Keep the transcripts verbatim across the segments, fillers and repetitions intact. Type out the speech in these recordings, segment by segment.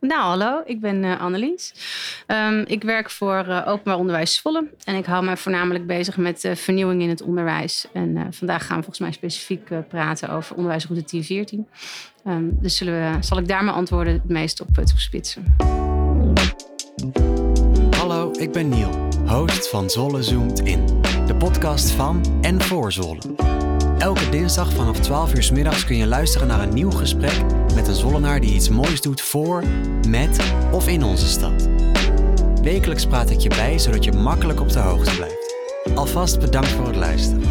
Nou, hallo, ik ben uh, Annelies. Um, ik werk voor uh, Openbaar Onderwijs Zwolle. En ik hou mij voornamelijk bezig met uh, vernieuwing in het onderwijs. En uh, vandaag gaan we volgens mij specifiek uh, praten over onderwijsroute tien veertien. Um, dus zullen we, zal ik daar mijn antwoorden het meest op uh, toespitsen. Hallo, ik ben Niel, host van Zwolle Zoomt In. De podcast van en voor Zwolle. Elke dinsdag vanaf twaalf uur 's middags kun je luisteren naar een nieuw gesprek met een Zwollenaar die iets moois doet voor, met of in onze stad. Wekelijks praat ik je bij, zodat je makkelijk op de hoogte blijft. Alvast bedankt voor het luisteren.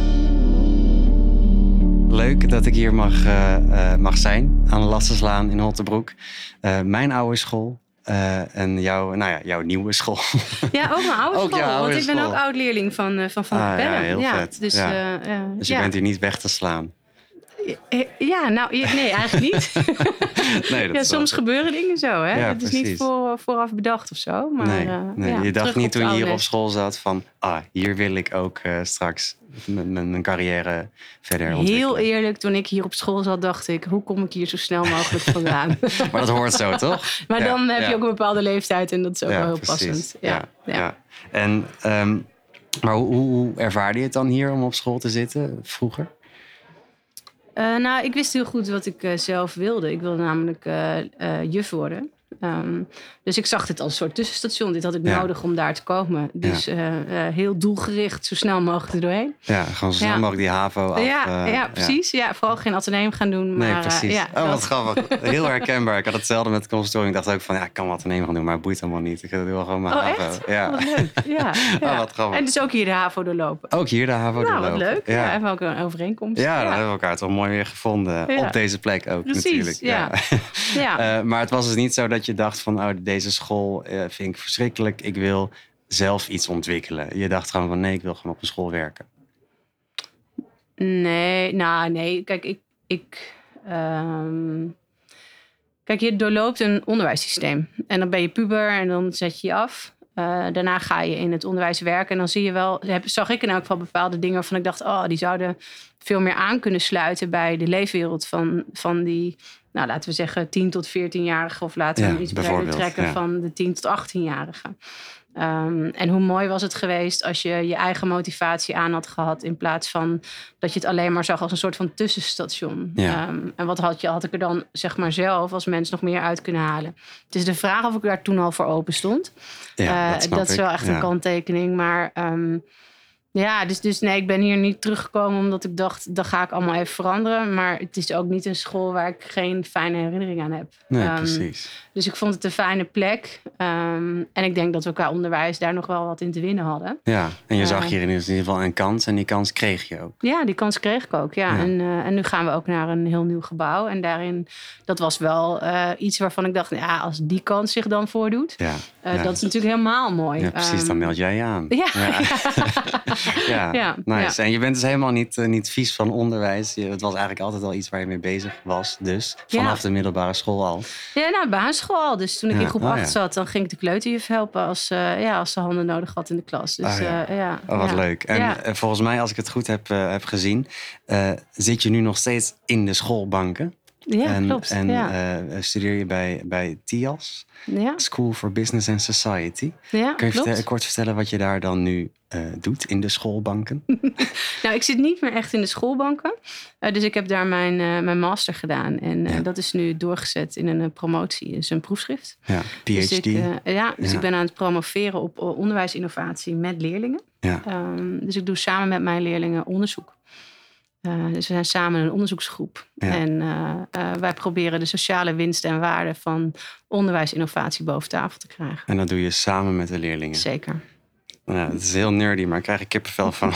Leuk dat ik hier mag, uh, uh, mag zijn aan de Lasserslaan in Holtebroek. Uh, mijn oude school. Uh, en jouw, nou ja, jouw nieuwe school. Ja, ook mijn oude ook school. oude want ik ben school. ook oud-leerling van uh, Van Van ah, Capelle. Ja, heel ja, vet. Dus, ja. Uh, uh, dus je ja. bent hier niet weg te slaan. Ja, nou, nee, eigenlijk niet. nee, dat ja, is soms wel... gebeuren dingen zo, hè? Ja, het is precies. niet voor, vooraf bedacht of zo. Maar, nee, uh, nee. Ja, je dacht niet toen je hier op les. school zat van... ah, hier wil ik ook uh, straks mijn, mijn carrière verder ontwikkelen. Heel eerlijk, toen ik hier op school zat, dacht ik... hoe kom ik hier zo snel mogelijk vandaan? Maar dat hoort zo, toch? Maar ja, dan heb ja. je ook een bepaalde leeftijd en dat is ook ja, wel heel precies. passend. Ja, Ja, ja. ja. En, um, maar hoe, hoe ervaarde je het dan hier om op school te zitten vroeger? Uh, nou, ik wist heel goed wat ik uh, zelf wilde. Ik wilde namelijk uh, uh, juf worden. Um, dus ik zag dit als een soort tussenstation. Dit had ik ja. nodig om daar te komen. Dus ja. uh, uh, heel doelgericht, zo snel mogelijk er doorheen. Ja, gewoon zo snel ja. mogelijk die HAVO af. Ja, uh, ja precies. Ja. Ja, vooral geen ateneum gaan doen. Maar, nee, precies. Uh, ja, oh, wat grappig. Heel herkenbaar. Ik had hetzelfde met het conservatorium. Ik dacht ook van, ja, ik kan wat ateneum gaan doen, maar het boeit helemaal niet. Ik wil gewoon mijn oh, HAVO. Echt? Ja. Wat leuk. Ja, ja. Oh, wat grappig. En dus ook hier de HAVO doorlopen. Ook hier de HAVO nou, doorlopen. Wat leuk. Ja, ja hebben we ook een overeenkomst. Ja, dan ja. hebben we elkaar toch mooi weer gevonden. Ja. Op deze plek ook precies, natuurlijk. Ja. Ja. ja. uh, maar het was dus niet zo dat je dacht van, oh, deze school uh, vind ik verschrikkelijk. Ik wil zelf iets ontwikkelen. Je dacht gewoon van, nee, ik wil gewoon op een school werken. Nee, nou nee. Kijk, ik... ik um... Kijk, je doorloopt een onderwijssysteem. En dan ben je puber en dan zet je je af. Uh, daarna ga je in het onderwijs werken. En dan zie je wel, heb, zag ik in elk geval bepaalde dingen waarvan ik dacht, oh, die zouden veel meer aan kunnen sluiten bij de leefwereld van, van die, nou laten we zeggen, tien tot veertienjarigen. Of laten we ja, iets breder trekken ja. van de tien tot achttienjarigen. Um, en hoe mooi was het geweest als je je eigen motivatie aan had gehad, in plaats van dat je het alleen maar zag als een soort van tussenstation. Ja. Um, en wat had, je, had ik er dan zeg maar zelf als mens nog meer uit kunnen halen? Het is de vraag of ik daar toen al voor open stond. Ja, uh, dat snap dat is ik. wel echt ja. een kanttekening. Maar um, ja, dus, dus nee, ik ben hier niet teruggekomen omdat ik dacht, dat ga ik allemaal even veranderen. Maar het is ook niet een school waar ik geen fijne herinnering aan heb. Nee, um, precies. Dus ik vond het een fijne plek. Um, en ik denk dat we qua onderwijs daar nog wel wat in te winnen hadden. Ja, en je uh, zag hier in ieder geval een kans en die kans kreeg je ook. Ja, die kans kreeg ik ook, ja. ja. En, uh, en nu gaan we ook naar een heel nieuw gebouw. En daarin, dat was wel uh, iets waarvan ik dacht, ja, als die kans zich dan voordoet. Ja. Uh, ja. Dat is natuurlijk helemaal mooi. Ja, precies, um, dan meld jij je aan. Ja. Ja, ja. ja nice. Ja. En je bent dus helemaal niet, uh, niet vies van onderwijs. Je, het was eigenlijk altijd al iets waar je mee bezig was. Dus vanaf ja. de middelbare school al. Ja, nou, basisschool al. Dus toen ik ja. in groep oh, acht ja. zat, dan ging ik de kleuterjuf helpen als, uh, ja, als ze handen nodig had in de klas. Dus, oh, ja. Uh, ja. Oh, wat ja. leuk. En ja. volgens mij, als ik het goed heb, uh, heb gezien, uh, zit je nu nog steeds in de schoolbanken. Ja, en, klopt. En ja. uh, studeer je bij, bij T I A S, ja. School for Business and Society. Ja, Kun je klopt. vertel, kort vertellen wat je daar dan nu uh, doet in de schoolbanken? Nou, ik zit niet meer echt in de schoolbanken. Uh, dus ik heb daar mijn, uh, mijn master gedaan. En uh, ja. dat is nu doorgezet in een uh, promotie, dus een proefschrift. Ja, P H D. Dus ik, uh, ja, dus ja. ik ben aan het promoveren op onderwijsinnovatie met leerlingen. Ja. Um, dus ik doe samen met mijn leerlingen onderzoek. Uh, dus we zijn samen een onderzoeksgroep. Ja. En uh, uh, wij proberen de sociale winst en waarde van onderwijsinnovatie boven tafel te krijgen. En dat doe je samen met de leerlingen? Zeker. Nou, het is heel nerdy, maar ik krijg er kippenvel van.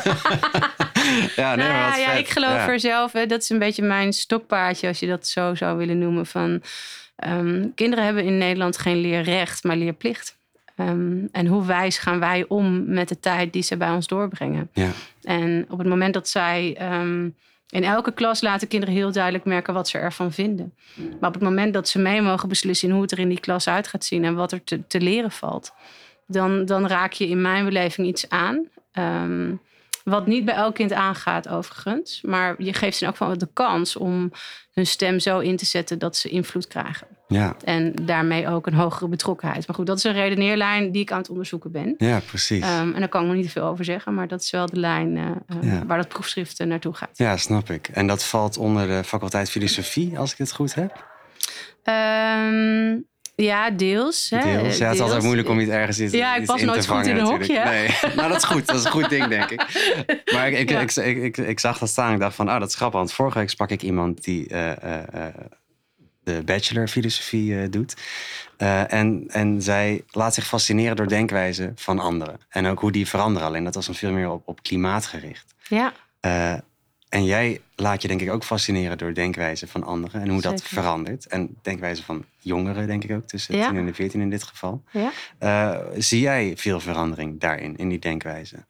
ja, nee, nou, maar ja, ik geloof ja. er zelf, hè, dat is een beetje mijn stokpaardje, als je dat zo zou willen noemen. Van, um, kinderen hebben in Nederland geen leerrecht, maar leerplicht. Um, en hoe wijs gaan wij om met de tijd die ze bij ons doorbrengen? Ja. En op het moment dat zij... Um, in elke klas laten kinderen heel duidelijk merken wat ze ervan vinden. Maar op het moment dat ze mee mogen beslissen in hoe het er in die klas uit gaat zien en wat er te, te leren valt, dan, dan raak je in mijn beleving iets aan. Um, Wat niet bij elk kind aangaat overigens. Maar je geeft ze in elk geval de kans om hun stem zo in te zetten dat ze invloed krijgen. Ja. En daarmee ook een hogere betrokkenheid. Maar goed, dat is een redeneerlijn die ik aan het onderzoeken ben. Ja, precies. Um, en daar kan ik nog niet te veel over zeggen. Maar dat is wel de lijn uh, uh, ja. waar dat proefschrift uh, naartoe gaat. Ja, snap ik. En dat valt onder de faculteit filosofie, als ik het goed heb? Um, ja, deels. Hè. Deels. Ja, het deels. is altijd moeilijk om iets ergens iets, ja, ik iets pas in nooit te goed vangen. in een Natuurlijk. hokje. Nee, maar dat is goed. Dat is een goed ding, denk ik. Maar ik, ik, Ja. ik, ik, ik, ik zag dat staan. Ik dacht van, oh, dat is grappig. Want vorige week sprak ik iemand die uh, uh, uh, de bachelor filosofie uh, doet. Uh, en, en zij laat zich fascineren door denkwijzen van anderen. En ook hoe die veranderen. Alleen dat was dan veel meer op, op klimaat gericht. Ja. Uh, en jij laat je denk ik ook fascineren door denkwijzen van anderen. En hoe Zeker. dat verandert. En denkwijzen van jongeren denk ik ook. Tussen de Ja. tien en de veertien in dit geval. Ja. Uh, zie jij veel verandering daarin, in die denkwijze?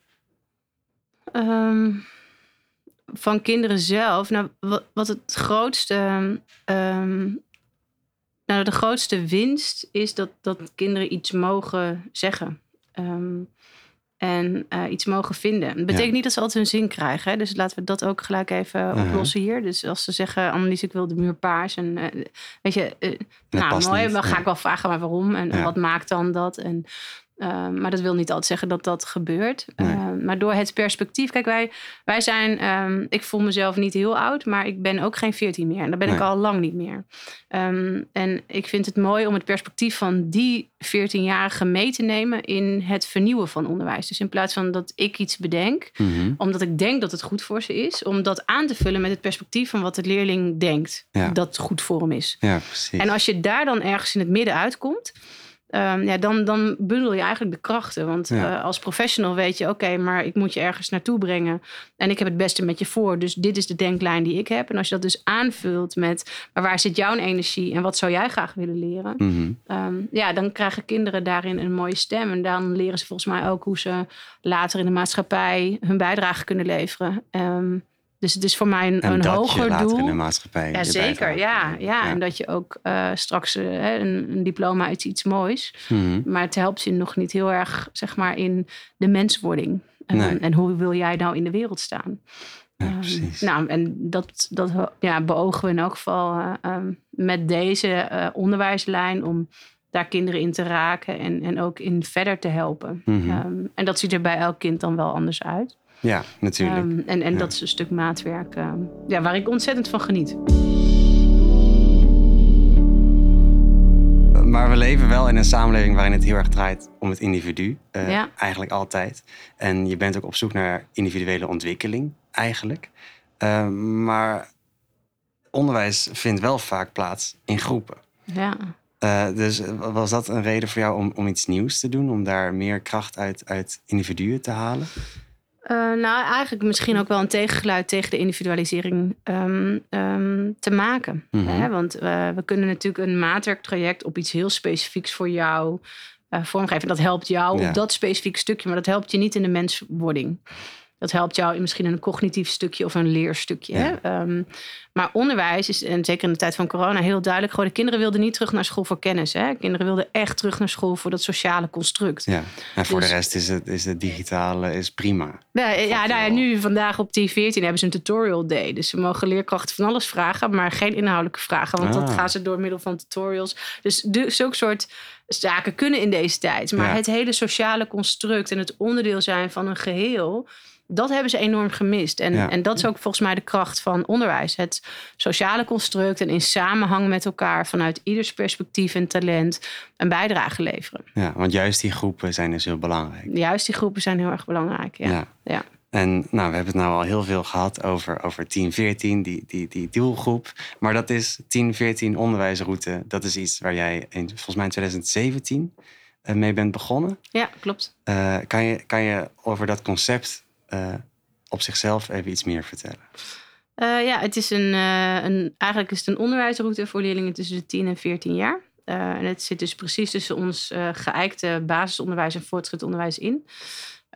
Um, van kinderen zelf. Nou, wat, wat het grootste... Um, nou, de grootste winst is dat, dat kinderen iets mogen zeggen. Um, en uh, iets mogen vinden. Dat betekent ja. niet dat ze altijd hun zin krijgen. Hè? Dus laten we dat ook gelijk even uh-huh. oplossen hier. Dus als ze zeggen, Annelies, ik wil de muur paars. En uh, weet je, uh, nou mooi, niet. dan ga ja. ik wel vragen, maar waarom? En, ja. en wat maakt dan dat? En Uh, maar dat wil niet altijd zeggen dat dat gebeurt. Nee. Uh, maar door het perspectief... Kijk, wij, wij zijn... Um, ik voel mezelf niet heel oud, maar ik ben ook geen veertien meer. En dat ben nee. ik al lang niet meer. Um, en ik vind het mooi om het perspectief van die veertienjarige mee te nemen in het vernieuwen van onderwijs. Dus in plaats van dat ik iets bedenk, mm-hmm. omdat ik denk dat het goed voor ze is, om dat aan te vullen met het perspectief van wat de leerling denkt ja. dat goed voor hem is. Ja, precies. En als je daar dan ergens in het midden uitkomt, Um, ja, dan, dan bundel je eigenlijk de krachten. Want ja. uh, als professional weet je, oké, okay, maar ik moet je ergens naartoe brengen. En ik heb het beste met je voor. Dus dit is de denklijn die ik heb. En als je dat dus aanvult met, maar waar zit jouw energie en wat zou jij graag willen leren? Mm-hmm. Um, ja, dan krijgen kinderen daarin een mooie stem. En dan leren ze volgens mij ook hoe ze later in de maatschappij hun bijdrage kunnen leveren. Um, Dus het is voor mij een, en een dat hoger je later doel. in de maatschappij. Ja, zeker. Ja, ja. ja, en dat je ook uh, straks uh, een, een diploma is iets moois. Mm-hmm. Maar het helpt je nog niet heel erg, zeg maar, in de menswording. Uh, nee. En hoe wil jij nou in de wereld staan? Ja, um, precies. Nou, en dat, dat ja, beogen we in elk geval uh, um, met deze uh, onderwijslijn om daar kinderen in te raken en, en ook in verder te helpen. Mm-hmm. Um, en dat ziet er bij elk kind dan wel anders uit. Ja, natuurlijk. Um, en en ja. dat is een stuk maatwerk uh, ja, waar ik ontzettend van geniet. Maar we leven wel in een samenleving waarin het heel erg draait om het individu. Uh, ja. Eigenlijk altijd. En je bent ook op zoek naar individuele ontwikkeling, eigenlijk. Uh, maar onderwijs vindt wel vaak plaats in groepen. Ja. Uh, dus was dat een reden voor jou om, om iets nieuws te doen? Om daar meer kracht uit, uit individuen te halen? Uh, nou, eigenlijk misschien ook wel een tegengeluid tegen de individualisering um, um, te maken. Mm-hmm. Hè? Want uh, we kunnen natuurlijk een maatwerktraject op iets heel specifieks voor jou uh, vormgeven. Dat helpt jou ja. op dat specifieke stukje, maar dat helpt je niet in de menswording. Dat helpt jou in misschien een cognitief stukje of een leerstukje. Ja. Hè? Um, maar onderwijs is, en zeker in de tijd van corona, heel duidelijk. Gewoon, de kinderen wilden niet terug naar school voor kennis. Hè? Kinderen wilden echt terug naar school voor dat sociale construct. Ja. En voor dus, de rest is het, is het digitale is prima. Ja, ja, nou ja, nu vandaag op T veertien hebben ze een tutorial day. Dus ze mogen leerkrachten van alles vragen, maar geen inhoudelijke vragen. Want ah. dat gaan ze door middel van tutorials. Dus de, zulke soort zaken kunnen in deze tijd. Maar ja. het hele sociale construct en het onderdeel zijn van een geheel, dat hebben ze enorm gemist. En, ja. en dat is ook volgens mij de kracht van onderwijs. Het sociale construct en in samenhang met elkaar vanuit ieders perspectief en talent een bijdrage leveren. Ja, want juist die groepen zijn dus heel belangrijk. Juist die groepen zijn heel erg belangrijk, ja. ja. ja. En nou, we hebben het nou al heel veel gehad over, over tien veertien, die, die, die doelgroep. Maar dat is tien veertien onderwijsroute. Dat is iets waar jij in, volgens mij in twintig zeventien mee bent begonnen. Ja, klopt. Uh, kan je, kan je over dat concept Uh, op zichzelf even iets meer vertellen? Uh, ja, het is een, uh, een, eigenlijk is het een onderwijsroute voor leerlingen tussen de tien en veertien jaar. Uh, en het zit dus precies tussen ons uh, geëikte basisonderwijs en voortgezet onderwijs in.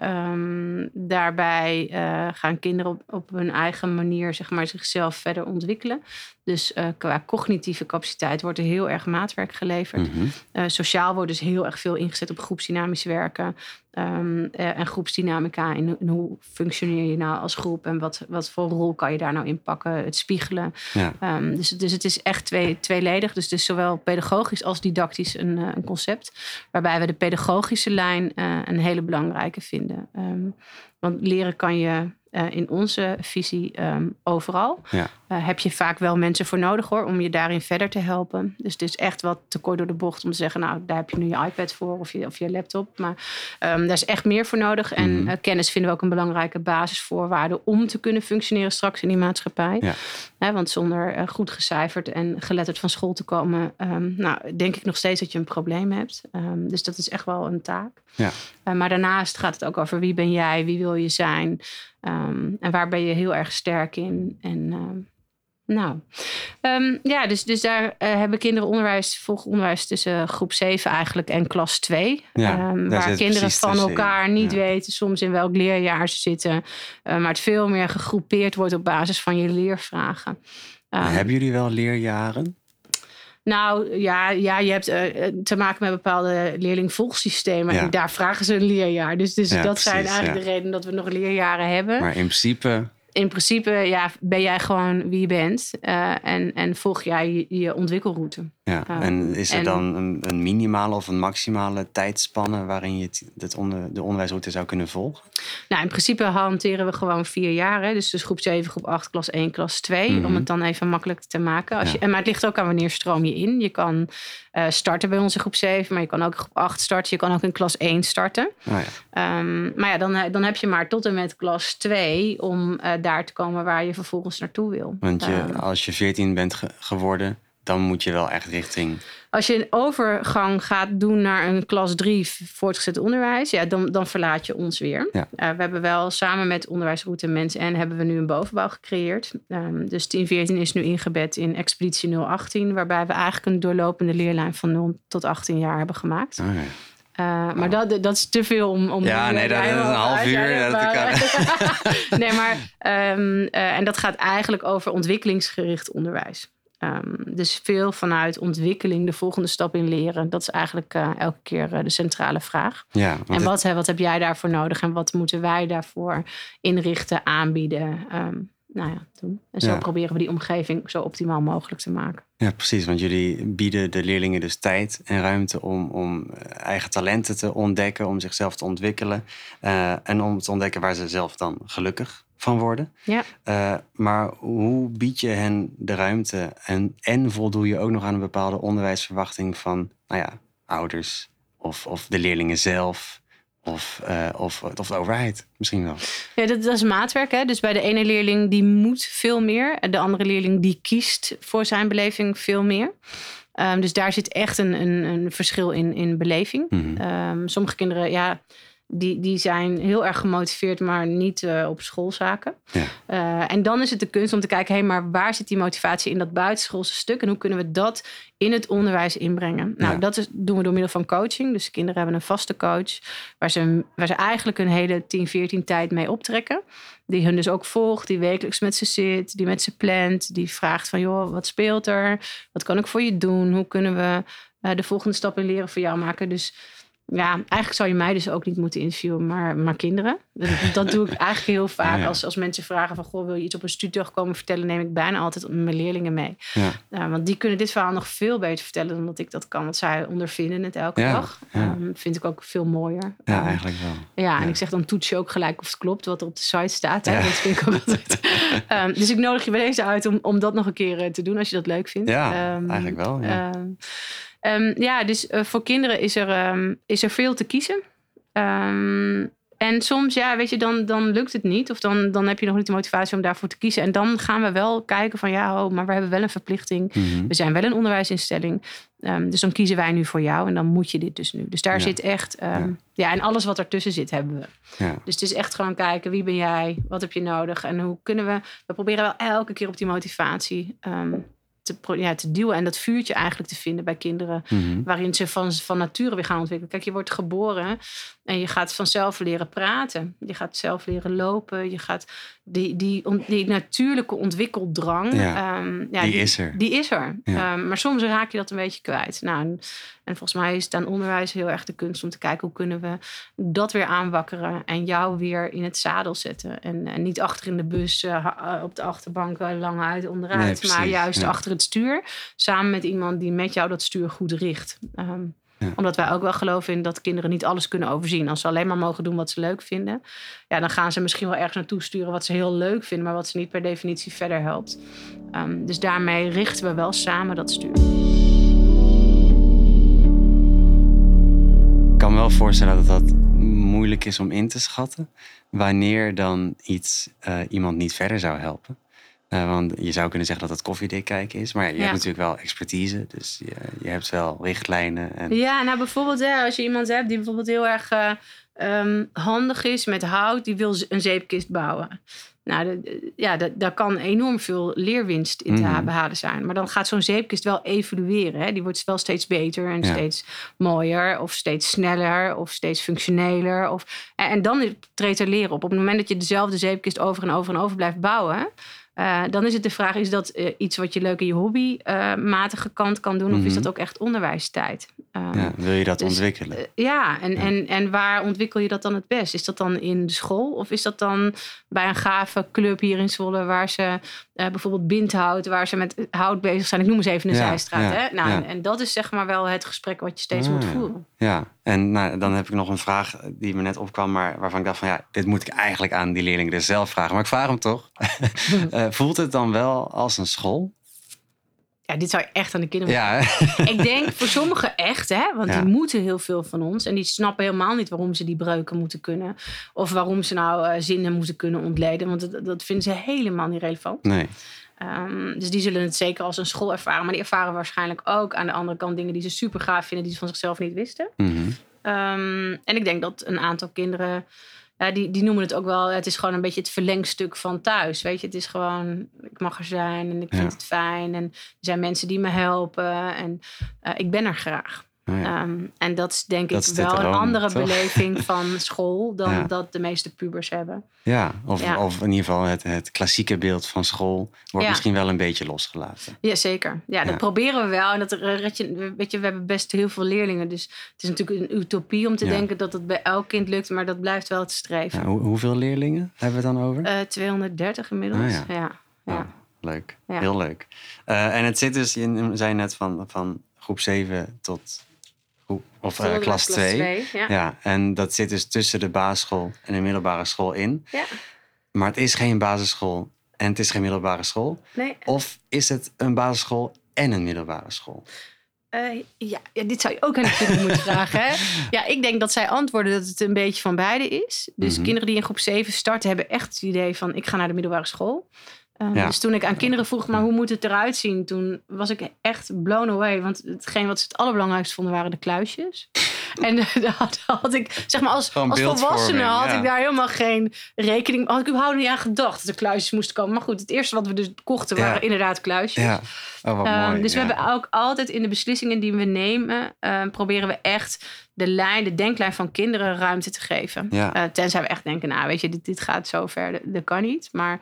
Um, daarbij uh, gaan kinderen op, op hun eigen manier zeg maar, zichzelf verder ontwikkelen. Dus uh, qua cognitieve capaciteit wordt er heel erg maatwerk geleverd. Mm-hmm. Uh, sociaal wordt dus heel erg veel ingezet op groepsdynamisch werken. Um, uh, en groepsdynamica. En, en hoe functioneer je nou als groep? En wat, wat voor rol kan je daar nou in pakken? Het spiegelen. Ja. Um, dus, dus het is echt twee, tweeledig. Dus het is zowel pedagogisch als didactisch een, uh, een concept. Waarbij we de pedagogische lijn uh, een hele belangrijke vinden. Um, want leren kan je uh, in onze visie um, overal. Ja. Uh, heb je vaak wel mensen voor nodig hoor, om je daarin verder te helpen. Dus het is echt wat te kort door de bocht om te zeggen, nou, daar heb je nu je iPad voor of je, of je laptop. Maar um, daar is echt meer voor nodig. En mm-hmm. uh, kennis vinden we ook een belangrijke basisvoorwaarde om te kunnen functioneren straks in die maatschappij. Ja. He, want zonder uh, goed gecijferd en geletterd van school te komen, um, nou, denk ik nog steeds dat je een probleem hebt. Um, dus dat is echt wel een taak. Ja. Uh, maar daarnaast gaat het ook over wie ben jij, wie wil je zijn, um, en waar ben je heel erg sterk in. En um, nou, um, ja, dus, dus daar uh, hebben kinderen onderwijs, volgonderwijs tussen groep zeven eigenlijk en klas twee. Ja, um, waar kinderen van elkaar in. niet ja. weten soms in welk leerjaar ze zitten. Uh, maar het veel meer gegroepeerd wordt op basis van je leervragen. Um, hebben jullie wel leerjaren? Nou ja, ja, je hebt uh, te maken met bepaalde leerlingvolgsystemen. Ja. En daar vragen ze een leerjaar. Dus, dus ja, dat precies, zijn eigenlijk ja. de redenen dat we nog leerjaren hebben. Maar in principe... In principe ja, ben jij gewoon wie je bent. Uh, en, en volg jij je, je ontwikkelroute. Ja, uh, en is er en, dan een, een minimale of een maximale tijdspanne waarin je het, het onder, de onderwijsroute zou kunnen volgen? Nou, in principe hanteren we gewoon vier jaar. Hè? Dus, dus groep zeven, groep acht, klas één, klas twee. Mm-hmm. Om het dan even makkelijk te maken. Als ja. je, maar het ligt ook aan wanneer stroom je in. Je kan uh, starten bij onze groep zeven, maar je kan ook groep acht starten. Je kan ook in klas één starten. Oh ja. Um, maar ja, dan, dan heb je maar tot en met klas twee om uh, daar te komen waar je vervolgens naartoe wil. Want je, um, als je veertien bent ge- geworden... dan moet je wel echt richting... Als je een overgang gaat doen naar een klas drie voortgezet onderwijs... Ja, dan, dan verlaat je ons weer. Ja. Uh, we hebben wel samen met onderwijsroute Mens en hebben we nu een bovenbouw gecreëerd. Um, dus tien veertien is nu ingebed in Expeditie nul achttien... waarbij we eigenlijk een doorlopende leerlijn van nul tot achttien jaar hebben gemaakt. Oh ja. Uh, maar oh. dat, dat is te veel om... om ja, nee, dat is een half uur. Ja, maar, nee, maar... Um, uh, en dat gaat eigenlijk over ontwikkelingsgericht onderwijs. Um, dus veel vanuit ontwikkeling, de volgende stap in leren. Dat is eigenlijk uh, elke keer uh, de centrale vraag. Ja, en wat, het... wat heb jij daarvoor nodig? En wat moeten wij daarvoor inrichten, aanbieden? Um, nou ja, doen. En zo ja. proberen we die omgeving zo optimaal mogelijk te maken. Ja, precies. Want jullie bieden de leerlingen dus tijd en ruimte om, om eigen talenten te ontdekken, om zichzelf te ontwikkelen. Uh, en om te ontdekken waar ze zelf dan gelukkig van worden. Ja. Uh, maar hoe bied je hen de ruimte en, en voldoe je ook nog aan een bepaalde onderwijsverwachting van nou ja, ouders of, of de leerlingen zelf? Of, uh, of, of de overheid misschien wel. Ja, dat, dat is maatwerk. Hè? Dus bij de ene leerling die moet veel meer. En de andere leerling die kiest voor zijn beleving veel meer. Um, dus daar zit echt een, een, een verschil in, in beleving. Mm-hmm. Um, sommige kinderen, ja, die, die zijn heel erg gemotiveerd, maar niet uh, op schoolzaken. Ja. Uh, en dan is het de kunst om te kijken, hé, maar waar zit die motivatie in dat buitenschoolse stuk? En hoe kunnen we dat in het onderwijs inbrengen? Nou, ja. dat is, doen we door middel van coaching. Dus de kinderen hebben een vaste coach waar ze, waar ze eigenlijk een hele tien, veertien tijd mee optrekken. Die hun dus ook volgt, die wekelijks met ze zit, die met ze plant, die vraagt van, joh, wat speelt er? Wat kan ik voor je doen? Hoe kunnen we uh, de volgende stap in leren voor jou maken? Dus ja, eigenlijk zou je mij dus ook niet moeten interviewen, maar, maar kinderen. Dat, dat doe ik eigenlijk heel vaak. Ja, ja. Als, als mensen vragen van, goh, wil je iets op een studiedag komen vertellen, neem ik bijna altijd mijn leerlingen mee. Ja. Uh, want die kunnen dit verhaal nog veel beter vertellen dan dat ik dat kan. Want zij ondervinden het elke ja, dag. Ja. Um, vind ik ook veel mooier. Ja, um, eigenlijk wel. Ja, en ja. ik zeg dan toets je ook gelijk of het klopt wat er op de site staat. Hè? Ja. Dat vind ik ook altijd. um, dus ik nodig je bij deze uit om, om dat nog een keer uh, te doen als je dat leuk vindt. Ja, um, eigenlijk wel. Ja. Um, Um, ja, dus uh, voor kinderen is er, um, is er veel te kiezen. Um, en soms, ja, weet je, dan, dan lukt het niet. Of dan, dan heb je nog niet de motivatie om daarvoor te kiezen. En dan gaan we wel kijken van, ja, oh, maar we hebben wel een verplichting. Mm-hmm. We zijn wel een onderwijsinstelling. Um, dus dan kiezen wij nu voor jou. En dan moet je dit dus nu. Dus daar ja. zit echt, um, ja. ja, en alles wat ertussen zit hebben we. Ja. Dus het is echt gewoon kijken, wie ben jij? Wat heb je nodig? En hoe kunnen we, we proberen wel elke keer op die motivatie... Um, te, ja, te duwen en dat vuurtje eigenlijk te vinden bij kinderen. Mm-hmm. Waarin ze van, van nature weer gaan ontwikkelen. Kijk, je wordt geboren en je gaat vanzelf leren praten. Je gaat zelf leren lopen. Je gaat die, die, die, die natuurlijke ontwikkeldrang. Ja, um, ja, die, die is er. Die is er. Ja. Um, maar soms raak je dat een beetje kwijt. Nou, en, en volgens mij is het aan onderwijs heel erg de kunst om te kijken hoe kunnen we dat weer aanwakkeren en jou weer in het zadel zetten. En, en niet achter in de bus uh, op de achterbank uh, lang uit onderuit. Nee, precies, maar juist ja. achter het stuur. Samen met iemand die met jou dat stuur goed richt. Um, ja. Omdat wij ook wel geloven in dat kinderen niet alles kunnen overzien. Als ze alleen maar mogen doen wat ze leuk vinden. Ja, dan gaan ze misschien wel ergens naartoe sturen wat ze heel leuk vinden. Maar wat ze niet per definitie verder helpt. Um, dus daarmee richten we wel samen dat stuur. Ik kan me wel voorstellen dat dat moeilijk is om in te schatten. Wanneer dan iets uh, iemand niet verder zou helpen. Uh, want je zou kunnen zeggen dat het koffiedik kijken is. Maar je ja. hebt natuurlijk wel expertise. Dus je, je hebt wel richtlijnen. En... Ja, nou bijvoorbeeld ja, als je iemand hebt die bijvoorbeeld heel erg uh, um, handig is met hout. Die wil een zeepkist bouwen. Nou, de, ja, de, daar kan enorm veel leerwinst in te mm-hmm. behalen zijn. Maar dan gaat zo'n zeepkist wel evolueren. Hè? Die wordt wel steeds beter en ja. steeds mooier. Of steeds sneller of steeds functioneler. Of, en, en dan treedt er leren op. Op het moment dat je dezelfde zeepkist over en over en over blijft bouwen... Uh, dan is het de vraag, is dat uh, iets wat je leuk in je hobby-matige uh, kant kan doen... Mm-hmm. of is dat ook echt onderwijstijd? Um, ja, wil je dat dus, ontwikkelen? Uh, ja, en, ja. En, en waar ontwikkel je dat dan het best? Is dat dan in de school? Of is dat dan bij een gave club hier in Zwolle... waar ze uh, bijvoorbeeld bindhout, waar ze met hout bezig zijn? Ik noem eens even een ja, zijstraat. Ja, hè? Nou, ja. en, en dat is zeg maar wel het gesprek wat je steeds ah, moet voeren. Ja, en nou, dan heb ik nog een vraag die me net opkwam... maar waarvan ik dacht van ja, dit moet ik eigenlijk aan die leerlingen dus zelf vragen. Maar ik vraag hem toch. uh, voelt het dan wel als een school? Ja, dit zou je echt aan de kinderen ja, Ik denk voor sommigen echt, hè, want ja. die moeten heel veel van ons. En die snappen helemaal niet waarom ze die breuken moeten kunnen. Of waarom ze nou uh, zinnen moeten kunnen ontleden. Want dat, dat vinden ze helemaal niet relevant. Nee. Um, dus die zullen het zeker als een school ervaren. Maar die ervaren waarschijnlijk ook aan de andere kant dingen die ze super gaaf vinden. Die ze van zichzelf niet wisten. Mm-hmm. Um, en ik denk dat een aantal kinderen... Ja, die, die noemen het ook wel, het is gewoon een beetje het verlengstuk van thuis. Weet je, het is gewoon, ik mag er zijn en ik vind ja. het fijn. En er zijn mensen die me helpen en uh, ik ben er graag. Oh ja. um, en dat is denk dat ik is wel droom, een andere toch? beleving van school dan ja. dat de meeste pubers hebben. Ja, of, ja. of in ieder geval het, het klassieke beeld van school wordt ja. misschien wel een beetje losgelaten. Ja, zeker. Ja, dat ja. proberen we wel. En dat, weet je, weet je, we hebben best heel veel leerlingen. Dus het is natuurlijk een utopie om te ja. denken dat het bij elk kind lukt. Maar dat blijft wel te streven. Ja, hoe, hoeveel leerlingen hebben we het dan over? Uh, tweehonderddertig inmiddels. Ah, ja. Ja. Ja. Oh, leuk, ja. heel leuk. Uh, en het zit dus, je zei net van, van groep zeven tot... Of uh, klas twee. Ja. ja, en dat zit dus tussen de basisschool en de middelbare school in. Ja. Maar het is geen basisschool en het is geen middelbare school. Nee. Of is het een basisschool en een middelbare school? Uh, ja, ja, dit zou je ook aan de kinderen moeten vragen. Hè? Ja, ik denk dat zij antwoorden dat het een beetje van beide is. Dus mm-hmm. kinderen die in groep zeven starten hebben echt het idee van... ik ga naar de middelbare school. Uh, ja. Dus toen ik aan kinderen vroeg, maar hoe moet het eruit zien? Toen was ik echt blown away. Want hetgeen wat ze het allerbelangrijkste vonden waren de kluisjes. En daar had, had ik, zeg maar als, als volwassene had ja. ik daar helemaal geen rekening... had ik überhaupt niet aan gedacht dat er kluisjes moesten komen. Maar goed, het eerste wat we dus kochten waren ja. inderdaad kluisjes. Ja. Oh, wat um, mooi. Dus ja. we hebben ook altijd in de beslissingen die we nemen... Uh, proberen we echt de lijn, de denklijn van kinderen ruimte te geven. Ja. Uh, tenzij we echt denken, nou weet je, dit, dit gaat zo ver, dat, dat kan niet. Maar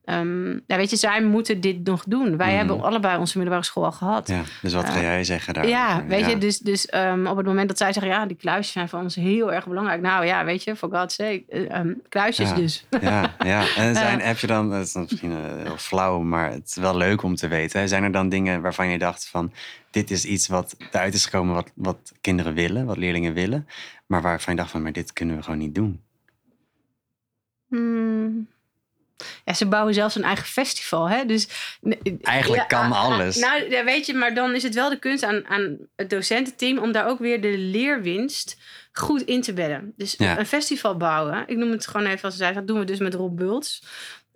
um, ja, weet je, zij moeten dit nog doen. Wij mm. hebben allebei onze middelbare school al gehad. Ja, dus wat ga jij uh, zeggen daar? Ja, weet ja. je, dus, dus um, op het moment dat zij zeggen... ja, die kluisjes zijn voor ons heel erg belangrijk. Nou ja, weet je, for God's sake, uh, um, kluisjes ja. dus. Ja, ja. En zijn, uh, heb je dan, dat is misschien uh, heel flauw... maar het is wel leuk om te weten. Hè? Zijn er dan dingen waarvan je dacht van... dit is iets wat eruit is gekomen wat, wat kinderen willen, wat leerlingen willen... maar waarvan je dacht van, maar dit kunnen we gewoon niet doen? Hmm. Ja, ze bouwen zelfs een eigen festival, hè? Dus eigenlijk ja, kan alles. Nou, ja, weet je, maar dan is het wel de kunst aan, aan het docententeam... om daar ook weer de leerwinst goed in te bedden. Dus ja. een festival bouwen, ik noem het gewoon even als ze zei... dat doen we dus met Rob Bults...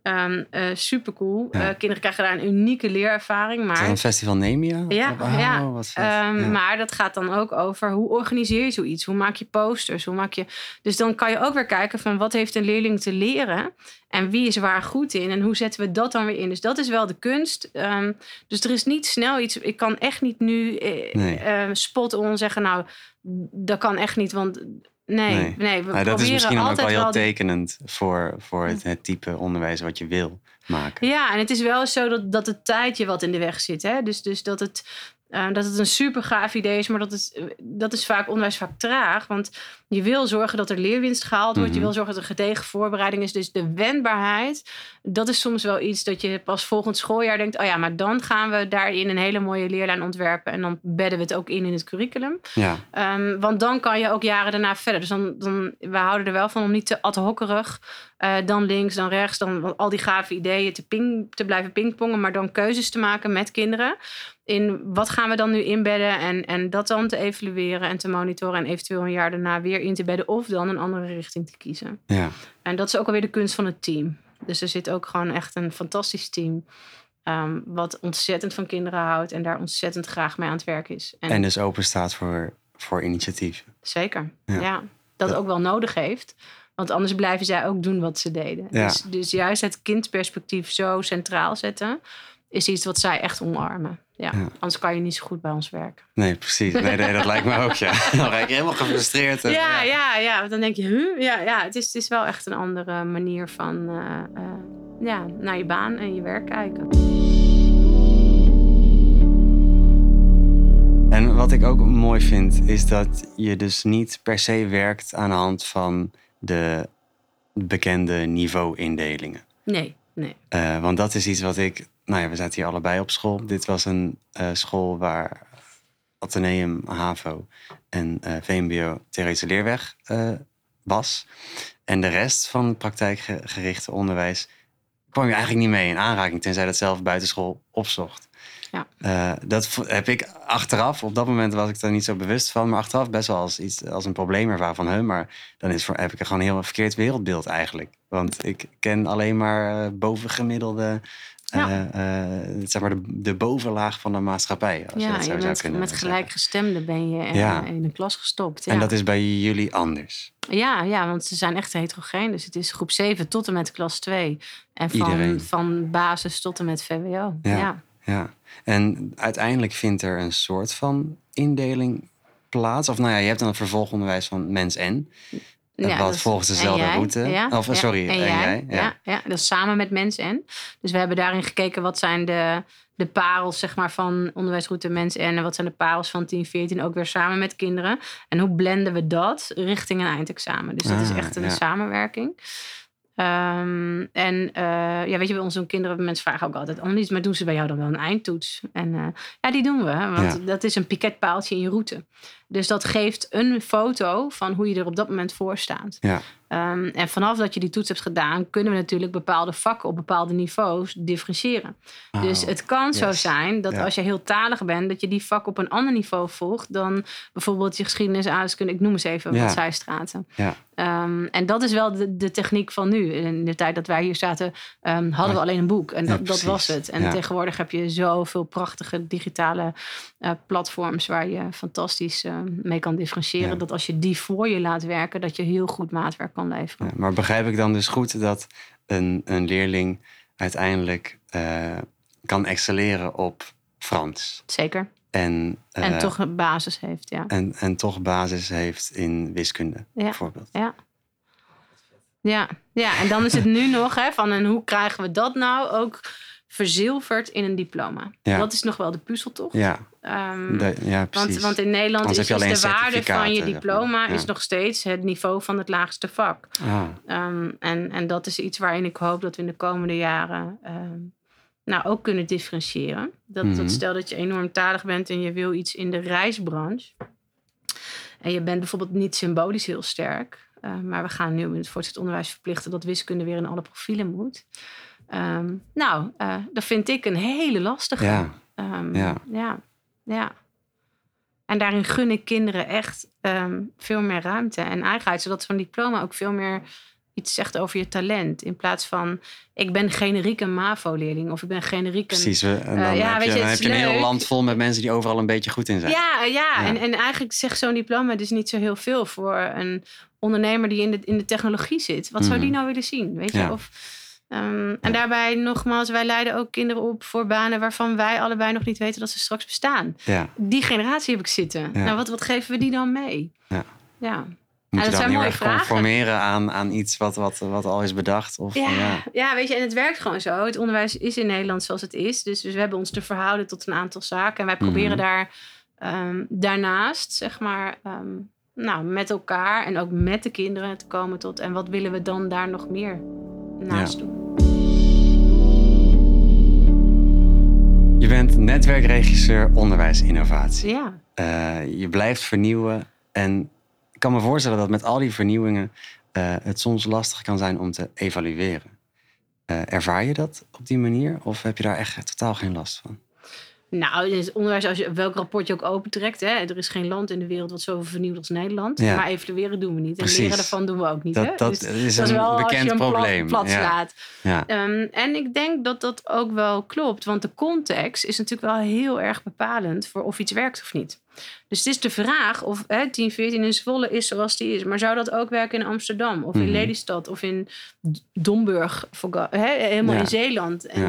Um, uh, supercool. Ja. Uh, kinderen krijgen daar een unieke leerervaring. Maar... Is dat een festival Nemia? Ja, oh, ja. Wat vet. Um, ja. Maar dat gaat dan ook over hoe organiseer je zoiets? Hoe maak je posters? Hoe maak je... Dus dan kan je ook weer kijken van wat heeft een leerling te leren? En wie is waar goed in? En hoe zetten we dat dan weer in? Dus dat is wel de kunst. Um, dus er is niet snel iets... Ik kan echt niet nu uh, nee. uh, spot-on zeggen... nou, dat kan echt niet, want... Nee, nee. nee we nou, dat is misschien ook wel heel wel tekenend voor, voor het, het type onderwijs wat je wil maken. Ja, en het is wel zo dat, dat de tijd je wat in de weg zit. Hè? Dus, dus dat, het, uh, dat het een super gaaf idee is, maar dat, het, dat is vaak onderwijs vaak traag. Want je wil zorgen dat er leerwinst gehaald wordt. Mm-hmm. Je wil zorgen dat er gedegen voorbereiding is. Dus de wendbaarheid, dat is soms wel iets dat je pas volgend schooljaar denkt... oh ja, maar dan gaan we daarin een hele mooie leerlijn ontwerpen... en dan bedden we het ook in in het curriculum. Ja. Um, want dan kan je ook jaren daarna verder. Dus dan, dan, we houden er wel van om niet te ad hockerig... Uh, dan links, dan rechts, dan al die gave ideeën te, ping, te blijven pingpongen... maar dan keuzes te maken met kinderen... in wat gaan we dan nu inbedden... en, en dat dan te evalueren en te monitoren... en eventueel een jaar daarna weer in te bedden... of dan een andere richting te kiezen. Ja. En dat is ook alweer de kunst van het team. Dus er zit ook gewoon echt een fantastisch team... Um, wat ontzettend van kinderen houdt... en daar ontzettend graag mee aan het werk is. En, en dus open staat voor, voor initiatieven. Zeker, ja. ja. Dat het ook wel nodig heeft... Want anders blijven zij ook doen wat ze deden. Ja. Dus, dus juist het kindperspectief zo centraal zetten... is iets wat zij echt omarmen. Ja, ja. Anders kan je niet zo goed bij ons werken. Nee, precies. Nee, nee dat lijkt me ook, ja. Dan raak je helemaal gefrustreerd. En, ja, ja, ja, ja. Want dan denk je... Huh? Ja, ja het, is, het is wel echt een andere manier van... Uh, uh, ja, naar je baan en je werk kijken. En wat ik ook mooi vind... is dat je dus niet per se werkt aan de hand van... de bekende niveau-indelingen. Nee, nee. Uh, want dat is iets wat ik... Nou ja, we zaten hier allebei op school. Dit was een uh, school waar Atheneum, HAVO en uh, V M B O Therese Leerweg uh, was. En de rest van het praktijkgerichte onderwijs... kwam je eigenlijk niet mee in aanraking... tenzij dat zelf buitenschool opzocht. Ja. Uh, dat heb ik achteraf, op dat moment was ik er niet zo bewust van... maar achteraf best wel als, iets, als een probleem ervaren van... Huh, maar dan is voor, heb ik er gewoon een heel verkeerd wereldbeeld eigenlijk. Want ik ken alleen maar uh, bovengemiddelde... Ja. Uh, uh, zeg maar de, de bovenlaag van de maatschappij. Als ja, je dat zo je zou bent, kunnen met gelijkgestemden ben je ja. in een klas gestopt. Ja. En dat is bij jullie anders? Ja, ja, want ze zijn echt heterogeen. Dus het is groep zeven tot en met klas twee. En van, van basis tot en met V W O. Ja, ja. ja. En uiteindelijk vindt er een soort van indeling plaats. Of nou ja, je hebt dan het vervolgonderwijs van mens en... Ja, wat volgens dezelfde route. Ja, of sorry, ja, en, en jij. jij. Ja. Ja, ja, dat is samen met Mens en. Dus we hebben daarin gekeken wat zijn de, de parels zeg maar, van onderwijsroute Mens en. En wat zijn de parels van tien veertien ook weer samen met kinderen. En hoe blenden we dat richting een eindexamen. Dus dat ah, is echt een ja. samenwerking. Um, en uh, ja, weet je, bij onze kinderen, mensen vragen ook altijd anders, maar doen ze bij jou dan wel een eindtoets? En uh, ja, die doen we, want ja. dat is een piketpaaltje in je route. Dus dat geeft een foto van hoe je er op dat moment voor staat. Ja. Um, en vanaf dat je die toets hebt gedaan, kunnen we natuurlijk bepaalde vakken op bepaalde niveaus differentiëren. Oh, dus het kan yes. zo zijn dat ja. als je heel talig bent, dat je die vak op een ander niveau volgt dan bijvoorbeeld je geschiedenis, aardrijkskunde, ik noem eens even ja. wat zijstraten. Ja. Um, en dat is wel de, de techniek van nu. In de tijd dat wij hier zaten, um, hadden we alleen een boek. En dat, ja, dat was het. En ja. tegenwoordig heb je zoveel prachtige digitale uh, platforms waar je fantastisch uh, mee kan differentiëren. Ja. Dat als je die voor je laat werken, dat je heel goed maatwerk kan leveren. Ja, maar begrijp ik dan dus goed dat een, een leerling uiteindelijk uh, kan excelleren op Frans? Zeker. En, uh, en toch een basis heeft, ja. En, en toch basis heeft in wiskunde, ja. bijvoorbeeld. Ja. Ja. ja, en dan is het nu nog, hè, van en hoe krijgen we dat nou ook verzilverd in een diploma? Ja. Dat is nog wel de puzzeltocht. Ja. Um, de, ja, precies. Want, want in Nederland is, is de waarde van je diploma ja. is nog steeds het niveau van het laagste vak. Ah. Um, en, en dat is iets waarin ik hoop dat we in de komende jaren um, nou ook kunnen differentiëren. Dat, mm-hmm. dat stel dat je enorm talig bent en je wil iets in de reisbranche. En je bent bijvoorbeeld niet symbolisch heel sterk. Uh, maar we gaan nu in het voortgezet onderwijs verplichten dat wiskunde weer in alle profielen moet. Um, nou, uh, dat vind ik een hele lastige. Ja. Um, ja. ja. Ja. En daarin gun ik kinderen echt um, veel meer ruimte en eigenheid. Zodat zo'n diploma ook veel meer iets zegt over je talent. In plaats van, ik ben generiek een MAVO-leerling. Of ik ben generiek een... Precies, en dan uh, ja, heb je, je, dan heb je een heel land vol met mensen die overal een beetje goed in zijn. Ja, ja. ja. En, en eigenlijk zegt zo'n diploma dus niet zo heel veel voor een ondernemer die in de, in de technologie zit. Wat zou die nou willen zien? Weet je? Ja. Of, um, en daarbij nogmaals, wij leiden ook kinderen op voor banen waarvan wij allebei nog niet weten dat ze straks bestaan. Ja. Die generatie heb ik zitten. Ja. Nou, wat, wat geven we die dan mee? Ja. Ja. Moet Ja, je dat dan zijn heel mooie erg vragen. conformeren aan, aan iets wat, wat, wat al is bedacht? Of, Ja, ja. ja, weet je, en het werkt gewoon zo. Het onderwijs is in Nederland zoals het is. Dus, dus we hebben ons te verhouden tot een aantal zaken. En wij proberen Mm-hmm. daar um, daarnaast, zeg maar, um, nou, met elkaar en ook met de kinderen te komen tot... en wat willen we dan daar nog meer naast Ja. doen? Je bent netwerkregisseur onderwijsinnovatie. Ja. Uh, je blijft vernieuwen. En ik kan me voorstellen dat met al die vernieuwingen uh, het soms lastig kan zijn om te evalueren. Uh, ervaar je dat op die manier? Of heb je daar echt totaal geen last van? Nou, in het onderwijs, als je welk rapport je ook opentrekt... Hè, er is geen land in de wereld wat zoveel vernieuwt als Nederland. Ja. Maar evalueren doen we niet. En Precies. leren ervan doen we ook niet. Dat, hè? dat dus is dat is een wel bekend als je een probleem. plat, plat ja. slaat. Ja. Um, en ik denk dat dat ook wel klopt. Want de context is natuurlijk wel heel erg bepalend... voor of iets werkt of niet. Dus het is de vraag of hè, tien veertien in Zwolle is zoals die is. Maar zou dat ook werken in Amsterdam? Of in Mm-hmm. Lelystad? Of in Domburg? Hè, helemaal Ja. in Zeeland. En, Ja.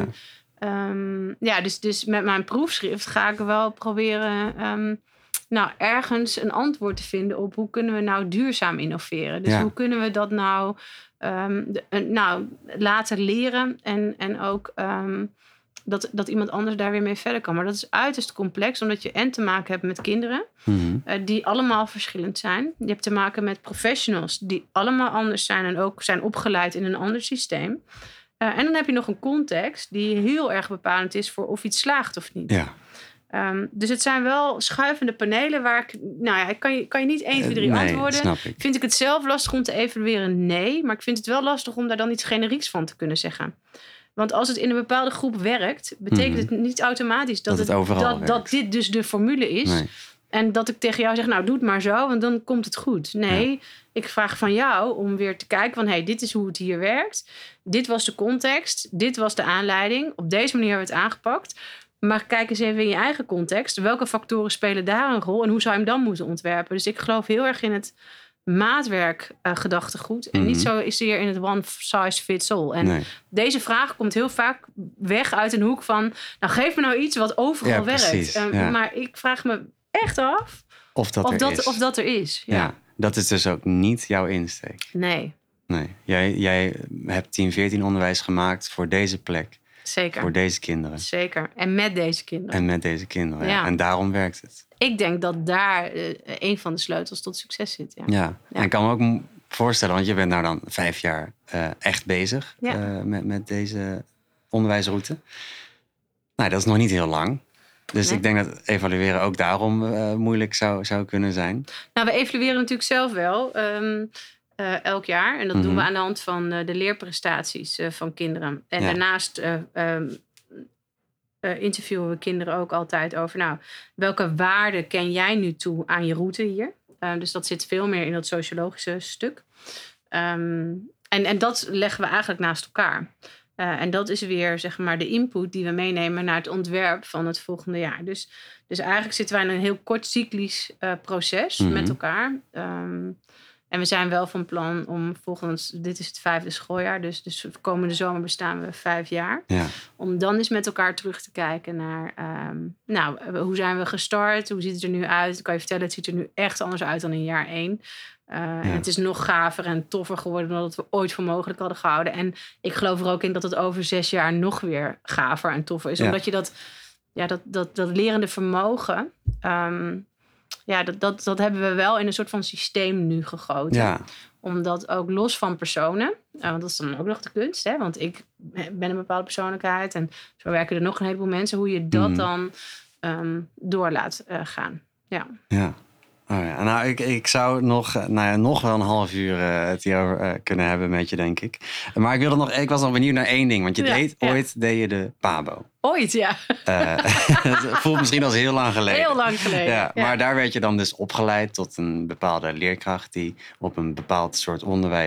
Um, ja, dus, dus met mijn proefschrift ga ik wel proberen... Um, nou, ergens een antwoord te vinden op... hoe kunnen we nou duurzaam innoveren? Dus Ja. hoe kunnen we dat nou, um, de, uh, nou laten leren... en, en ook um, dat, dat iemand anders daar weer mee verder kan. Maar dat is uiterst complex... omdat je en te maken hebt met kinderen... Mm-hmm. Uh, die allemaal verschillend zijn. Je hebt te maken met professionals... die allemaal anders zijn... en ook zijn opgeleid in een ander systeem... Uh, en dan heb je nog een context die heel erg bepalend is voor of iets slaagt of niet. Ja. Um, dus het zijn wel schuivende panelen waar ik... Nou ja, kan je, kan je niet één, twee, drie Uh, nee, antwoorden. snap ik. Vind ik het zelf lastig om te evalueren? Nee. Maar ik vind het wel lastig om daar dan iets generieks van te kunnen zeggen. Want als het in een bepaalde groep werkt... betekent Mm-hmm. het niet automatisch dat, Dat het overal dat, werkt. dat dit dus de formule is. Nee. En dat ik tegen jou zeg, nou doe het maar zo, want dan komt het goed. Nee, ja. Ik vraag van jou om weer te kijken van... hey, dit is hoe het hier werkt. Dit was de context. Dit was de aanleiding. Op deze manier hebben we het aangepakt. Maar kijk eens even in je eigen context. Welke factoren spelen daar een rol? En hoe zou je hem dan moeten ontwerpen? Dus ik geloof heel erg in het maatwerk uh, gedachtegoed. En Mm-hmm. niet zo is hier in het one size fits all. En Nee. deze vraag komt heel vaak weg uit een hoek van... nou, geef me nou iets wat overal Ja, werkt. precies, Uh, ja. Maar ik vraag me echt af... Of dat Of er dat, is. of dat er is, ja. Ja, dat is dus ook niet jouw insteek. Nee, Nee. Jij, jij hebt tien veertien onderwijs gemaakt voor deze plek. zeker. Voor deze kinderen. Zeker. En met deze kinderen. En met deze kinderen. Ja. Ja. En daarom werkt het. Ik denk dat daar uh, een van de sleutels tot succes zit. Ja. Ja. Ja. En ik kan me ook m- voorstellen, want je bent nou dan vijf jaar uh, echt bezig Ja. uh, met, met deze onderwijsroute. Nou, dat is nog niet heel lang. Dus Nee. ik denk dat evalueren ook daarom uh, moeilijk zou, zou kunnen zijn. Nou, we evalueren natuurlijk zelf wel um, uh, elk jaar. En dat Mm-hmm. doen we aan de hand van uh, de leerprestaties uh, van kinderen. En Ja. daarnaast uh, um, uh, interviewen we kinderen ook altijd over... nou, welke waarden ken jij nu toe aan je route hier? Uh, dus dat zit veel meer in dat sociologische stuk. Um, en, en dat leggen we eigenlijk naast elkaar. Uh, en dat is weer zeg maar de input die we meenemen naar het ontwerp van het volgende jaar. Dus, dus eigenlijk zitten wij in een heel kort cyclisch uh, proces Mm-hmm. met elkaar. Um, en we zijn wel van plan om volgend... Dit is het vijfde schooljaar, dus, dus komende zomer bestaan we vijf jaar. Ja. Om dan eens met elkaar terug te kijken naar... Um, nou, hoe zijn we gestart? Hoe ziet het er nu uit? Ik kan je vertellen, het ziet er nu echt anders uit dan in jaar één. Uh, ja. En het is nog gaver en toffer geworden dan dat we ooit voor mogelijk hadden gehouden. En ik geloof er ook in dat het over zes jaar nog weer gaver en toffer is. Ja. Omdat je dat, ja, dat, dat, dat lerende vermogen... Um, ja, dat, dat, dat hebben we wel in een soort van systeem nu gegoten. Ja. Omdat ook los van personen... Uh, want dat is dan ook nog de kunst, hè? Want ik ben een bepaalde persoonlijkheid... en zo werken er nog een heleboel mensen... hoe je dat mm. dan um, door laat uh, gaan. Ja. Ja. Oh ja. Nou, ik, ik zou nog, nou ja, nog wel een half uur uh, het hierover uh, kunnen hebben met je, denk ik. Maar ik, wilde nog, ik was nog benieuwd naar één ding. Want je ja, deed ja. ooit deed je de Pabo. Ooit, ja. Uh, het voelt misschien als heel lang geleden. Heel lang geleden, ja, ja. Maar daar werd je dan dus opgeleid tot een bepaalde leerkracht... die op een bepaald soort onderwijs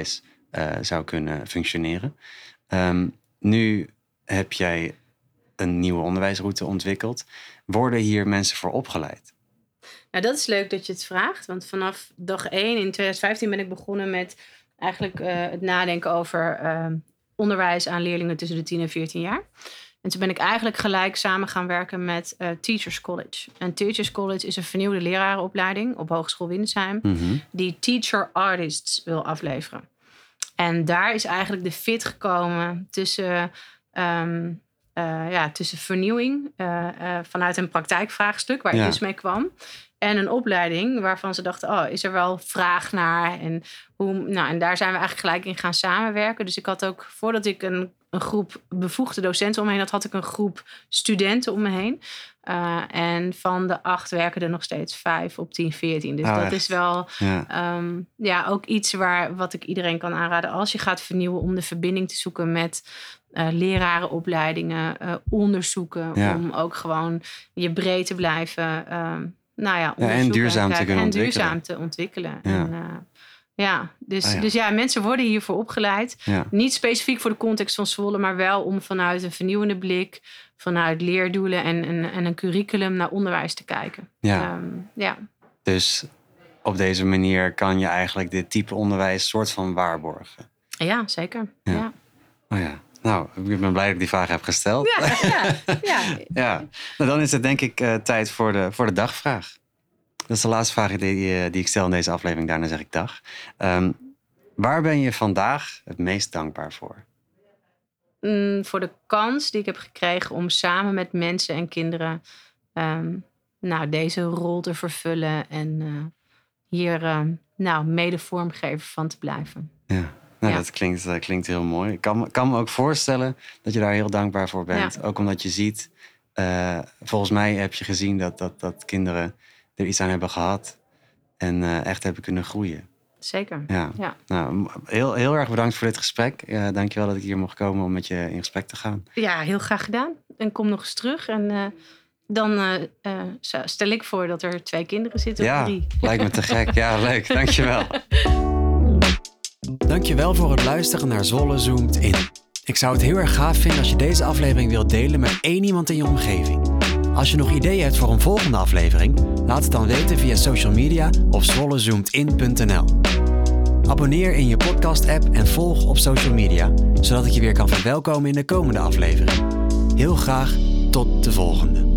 uh, zou kunnen functioneren. Um, nu heb jij een nieuwe onderwijsroute ontwikkeld. Worden hier mensen voor opgeleid? Nou, dat is leuk dat je het vraagt. Want vanaf dag één in twintig vijftien ben ik begonnen met eigenlijk uh, het nadenken over uh, onderwijs aan leerlingen tussen de tien en veertien jaar. En toen ben ik eigenlijk gelijk samen gaan werken met uh, Teachers College. En Teachers College is een vernieuwde lerarenopleiding op Hogeschool Windesheim, mm-hmm. die teacher artists wil afleveren. En daar is eigenlijk de fit gekomen tussen, um, uh, ja, tussen vernieuwing uh, uh, vanuit een praktijkvraagstuk waar ja. ik dus mee kwam. En een opleiding waarvan ze dachten, oh, is er wel vraag naar? En, hoe, nou, en daar zijn we eigenlijk gelijk in gaan samenwerken. Dus ik had ook, voordat ik een, een groep bevoegde docenten om me heen had, had ik een groep studenten om me heen. Uh, en van de acht werken er nog steeds vijf op tien, veertien. Dus oh, dat echt? is wel ja. Um, ja, ook iets waar, wat ik iedereen kan aanraden als je gaat vernieuwen, om de verbinding te zoeken met uh, lerarenopleidingen, uh, onderzoeken, ja. om ook gewoon je breed te blijven. Uh, Nou ja, ja, en duurzaam te kunnen en ontwikkelen. duurzaam te ontwikkelen. Ja, en, uh, ja, dus, oh ja. dus ja, mensen worden hiervoor opgeleid. Ja. Niet specifiek voor de context van Zwolle, maar wel om vanuit een vernieuwende blik, vanuit leerdoelen en, en, en een curriculum naar onderwijs te kijken. Ja. Um, ja. Dus op deze manier kan je eigenlijk dit type onderwijs soort van waarborgen. Ja, zeker. Ja. Ja. Oh ja. Nou, ik ben blij dat ik die vraag heb gesteld. Ja, ja, ja. ja. Nou, dan is het denk ik uh, tijd voor de, voor de dagvraag. Dat is de laatste vraag die, die ik stel in deze aflevering. Daarna zeg ik dag. Um, waar ben je vandaag het meest dankbaar voor? Mm, voor de kans die ik heb gekregen om samen met mensen en kinderen um, nou, deze rol te vervullen. En uh, hier uh, nou, mede vormgever van te blijven. Ja. Nou, ja. Dat klinkt, dat klinkt heel mooi. Ik kan, kan me ook voorstellen dat je daar heel dankbaar voor bent. Ja. Ook omdat je ziet, uh, volgens mij heb je gezien dat, dat, dat kinderen er iets aan hebben gehad. En uh, echt hebben kunnen groeien. Zeker, ja. ja. Nou, heel, heel erg bedankt voor dit gesprek. Uh, Dank je wel dat ik hier mocht komen om met je in gesprek te gaan. Ja, heel graag gedaan. En kom nog eens terug. En uh, dan uh, uh, stel ik voor dat er twee kinderen zitten ja, of drie. Lijkt me te gek. Ja, leuk. Dank je wel. Dankjewel voor het luisteren naar Zwolle Zoomt In. Ik zou het heel erg gaaf vinden als je deze aflevering wilt delen met één iemand in je omgeving. Als je nog ideeën hebt voor een volgende aflevering, laat het dan weten via social media of zwolle zoomt in punt n l. Abonneer in je podcast-app en volg op social media, zodat ik je weer kan verwelkomen in de komende aflevering. Heel graag tot de volgende.